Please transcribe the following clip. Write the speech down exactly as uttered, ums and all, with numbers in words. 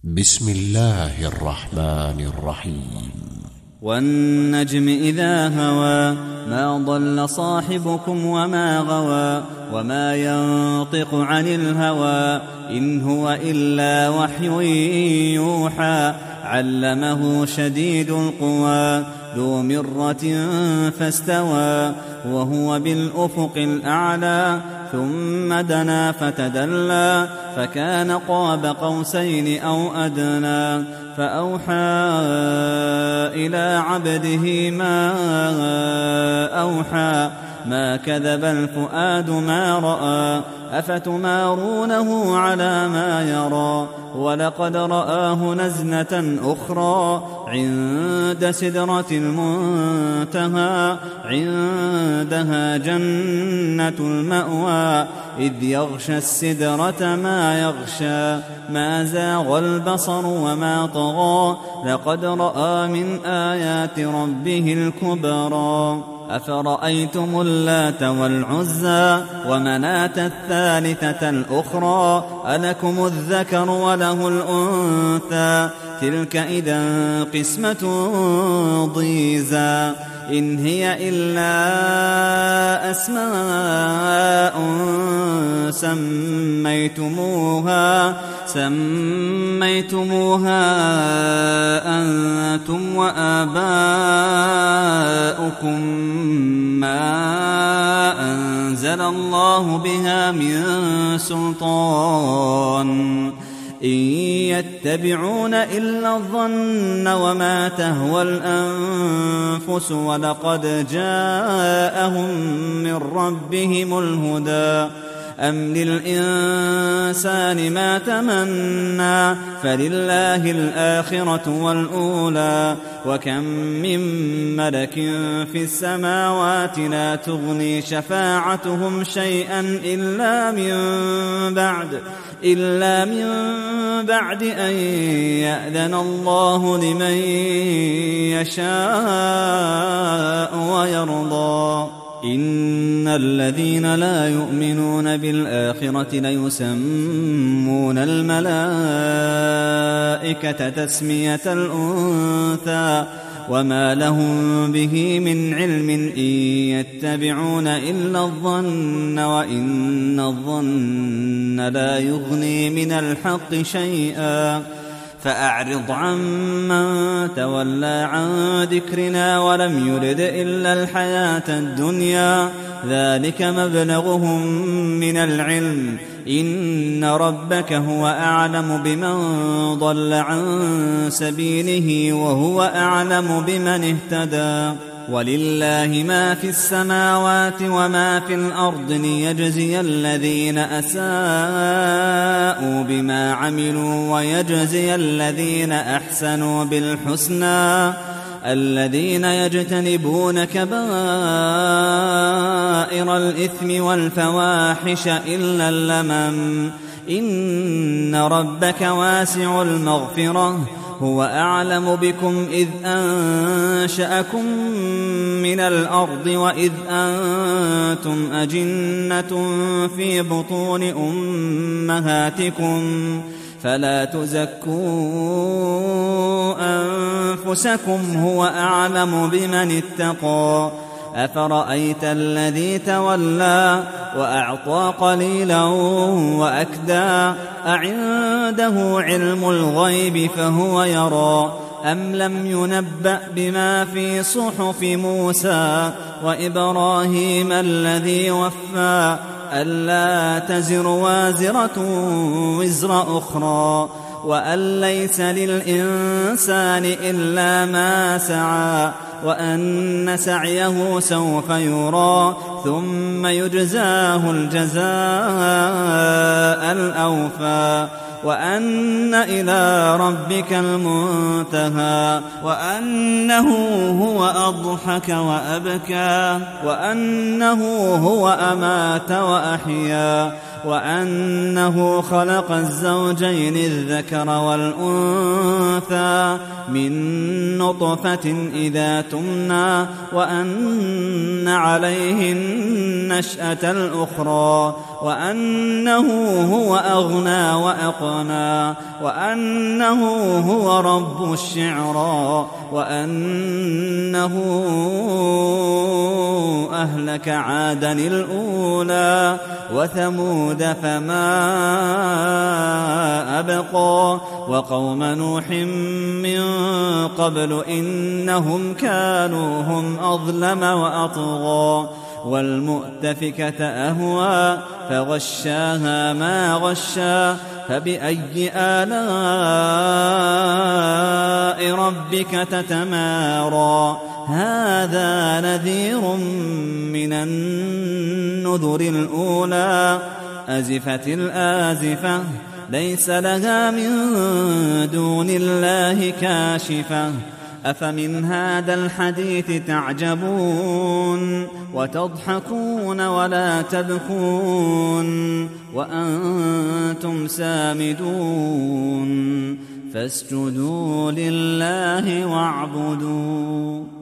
بسم الله الرحمن الرحيم. والنجم إذا هوى ما ضل صاحبكم وما غوى وما ينطق عن الهوى إن هو إلا وحي يوحى علمه شديد القوى ذو مرة فاستوى وهو بالأفق الأعلى ثم دنا فتدلى فكان قاب قوسين أو أدنى فأوحى إلى عبده ما أوحى ما كذب الفؤاد ما رأى أفتمارونه على ما يرى ولقد رآه نزلة أخرى عند سدرة المنتهى عندها جنة المأوى إذ يغشى السدرة ما يغشى ما زاغ البصر وما طغى لقد رأى من آيات ربه الكبرى أفرأيتم اللات والعزى ومناة الثالثة الأخرى ألكم الذكر وله الأنثى تلك إذا قسمة ضيزى إن هي إلا أسماء سميتموها سميتموها أنتم وآباؤكم ما أنزل الله بها من سلطان إن يتبعون إلا الظن وما تهوى الأنفس ولقد جاءهم من ربهم الهدى أم للإنسان ما تمنى فلله الآخرة والأولى وكم من ملك في السماوات لا تغني شفاعتهم شيئا إلا من بعد إلا من بعد أن يأذن الله لمن يشاء ويرضى إن الذين لا يؤمنون بالآخرة ليسمون الملائكة تسمية الأنثى وما لهم به من علم إن يتبعون إلا الظن وإن الظن لا يغني من الحق شيئا فأعرض عمن تولى عن ذكرنا ولم يرد إلا الحياة الدنيا ذلك مبلغهم من العلم إن ربك هو أعلم بمن ضل عن سبيله وهو أعلم بمن اهتدى ولله ما في السماوات وما في الأرض ليجزي الذين أساءوا بما عملوا ويجزي الذين أحسنوا بالحسنى الذين يجتنبون كبائر الإثم والفواحش إلا اللمم إن ربك واسع المغفرة هو أعلم بكم إذ أنشأكم من الأرض وإذ أنتم أجنة في بطون أمهاتكم فلا تزكوا أنفسكم هو أعلم بمن اتقى أفرأيت الذي تولى وأعطى قليلا وأكدى أعنده علم الغيب فهو يرى أم لم ينبأ بما في صحف موسى وإبراهيم الذي وفى ألا تزر وازرة وزر أخرى وأن ليس للإنسان إلا ما سعى وأن سعيه سوف يرى ثم يجزاه الجزاء الأوفى وأن إلى ربك المنتهى وأنه هو أضحك وأبكى وأنه هو أمات وأحيا وأنه خلق الزوجين الذكر والأنثى من نطفة إذا تمنى وأن عليه النشأة الأخرى وأنه هو أغنى وأقنى وأنه هو رب الشعرى وأنه أهلك عادا الأولى وثمود فما أبقى وقوم نوح من قبل إنهم كانوا هم أظلم وأطغى والمؤتفكة أهوى فغشاها ما غشا فبأي آلاء ربك تتمارى هذا نذير من النذر الأولى أزفت الآزفة ليس لها من دون الله كاشفة أفمن هذا الحديث تعجبون وتضحكون ولا تبكون وأنتم سامدون فاسجدوا لله واعبدوا